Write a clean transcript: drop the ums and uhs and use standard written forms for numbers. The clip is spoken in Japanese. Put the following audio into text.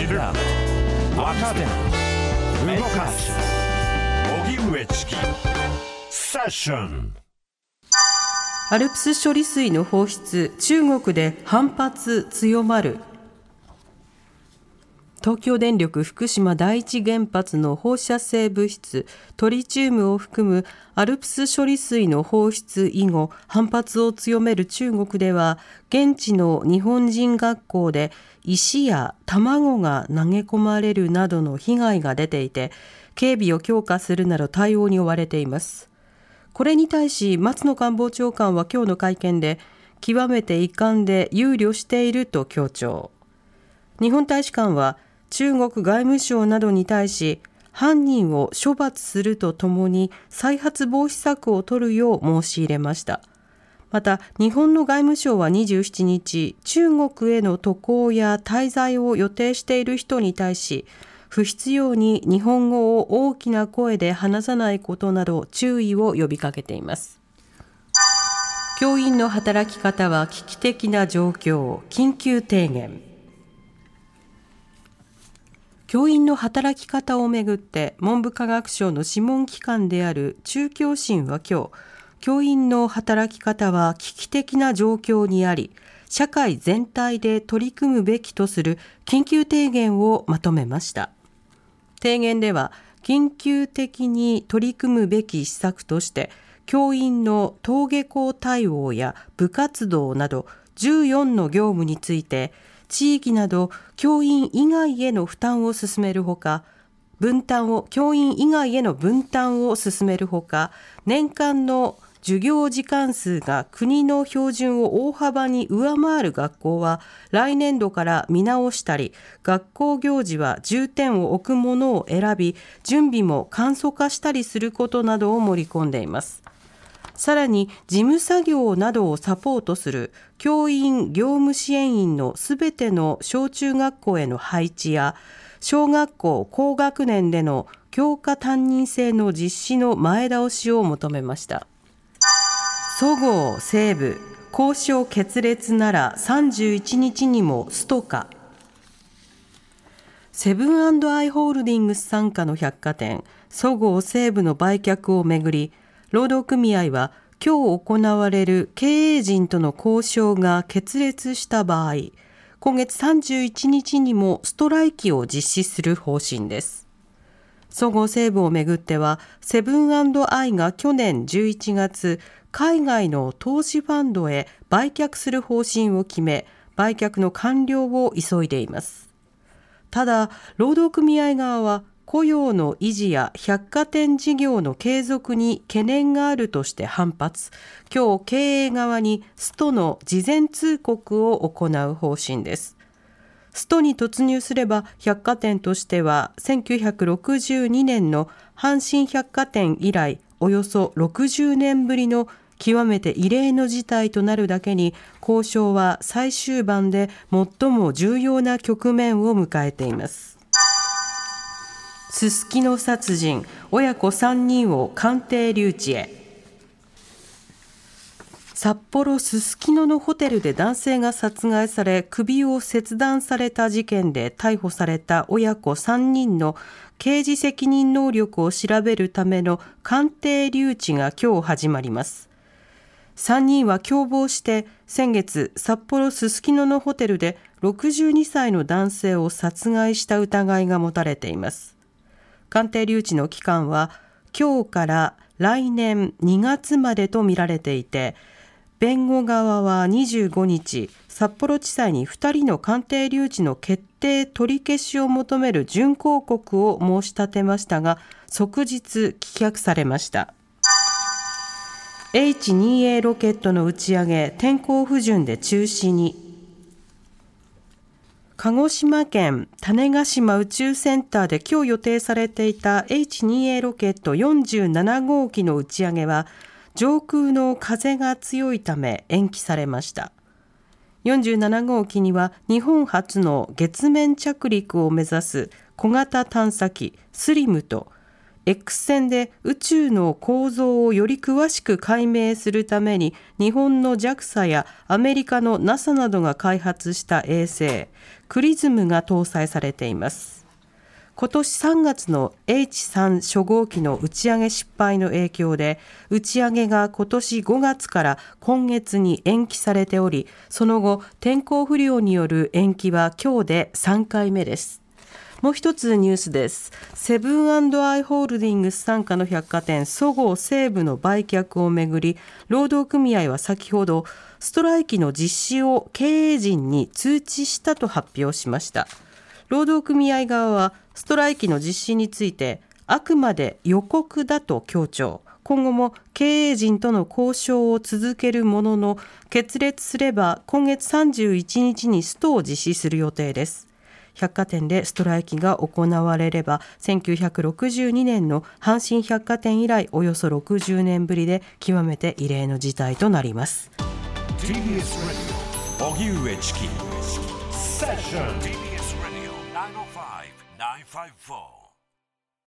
知る、若手動かす荻上チキセッション。 アルプス処理水の放出、中国で反発強まる。東京電力福島第一原発の放射性物質トリチウムを含むアルプス処理水の放出以後、反発を強める中国では、現地の日本人学校で石や卵が投げ込まれるなどの被害が出ていて、警備を強化するなど対応に追われています。これに対し松野官房長官は今日の会見で、極めて遺憾で憂慮していると強調。日本大使館は中国外務省などに対し、犯人を処罰するとともに再発防止策を取るよう申し入れました。また日本の外務省は27日、中国への渡航や滞在を予定している人に対し、不必要に日本語を大きな声で話さないことなど注意を呼びかけています。教員の働き方は危機的な状況、緊急提言。教員の働き方をめぐって文部科学省の諮問機関である中教審は今日、教員の働き方は危機的な状況にあり、社会全体で取り組むべきとする緊急提言をまとめました。提言では、緊急的に取り組むべき施策として、教員の登下校対応や部活動など14の業務について、地域など教員以外への負担を進めるほか、教員以外への分担を進めるほか、年間の授業時間数が国の標準を大幅に上回る学校は来年度から見直したり、学校行事は重点を置くものを選び、準備も簡素化したりすることなどを盛り込んでいます。さらに事務作業などをサポートする教員業務支援員のすべての小中学校への配置や、小学校高学年での教科担任制の実施の前倒しを求めました。そごう・西武交渉決裂なら31日にもストか。セブン&アイ・ホールディングス傘下の百貨店そごう・西武の売却をめぐり、労働組合は今日行われる経営陣との交渉が決裂した場合、今月31日にもストライキを実施する方針です。そごう・西武をめぐっては、セブン&アイが去年11月、海外の投資ファンドへ売却する方針を決め、売却の完了を急いでいます。ただ、労働組合側は雇用の維持や百貨店事業の継続に懸念があるとして反発。今日、経営側にストの事前通告を行う方針です。ストに突入すれば、百貨店としては1962年の阪神百貨店以来、およそ60年ぶりの極めて異例の事態となるだけに、交渉は最終盤で最も重要な局面を迎えています。すすきの殺人、親子3人を鑑定留置へ。札幌すすきののホテルで男性が殺害され、首を切断された事件で逮捕された親子3人の刑事責任能力を調べるための鑑定留置が今日始まります。3人は共謀して先月、札幌すすきののホテルで62歳の男性を殺害した疑いが持たれています。鑑定留置の期間は今日から来年2月までとみられていて、弁護側は25日、札幌地裁に2人の鑑定留置の決定取り消しを求める準抗告を申し立てましたが、即日棄却されました。H2A ロケットの打ち上げ、天候不順で中止に。鹿児島県種子島宇宙センターで今日予定されていた H2A ロケット47号機の打ち上げは、上空の風が強いため延期されました。47号機には日本初の月面着陸を目指す小型探査機スリムと X 線で宇宙の構造をより詳しく解明するために日本の JAXA やアメリカの NASA などが開発した衛星クリズムが搭載されています。今年3月の H3 初号機の打ち上げ失敗の影響で打ち上げが今年5月から今月に延期されており、その後天候不良による延期は今日で3回目です。もう一つニュースです。セブン&アイ・ホールディングス傘下の百貨店そごう・西武の売却をめぐり、労働組合は先ほどストライキの実施を経営陣に通知したと発表しました。労働組合側はストライキの実施についてあくまで予告だと強調。今後も経営陣との交渉を続けるものの、決裂すれば今月31日にストを実施する予定です。百貨店でストライキが行われれば1962年の阪神百貨店以来およそ60年ぶりで極めて異例の事態となります。 TBS Radio 荻上チキセッション TBS Radio 905-954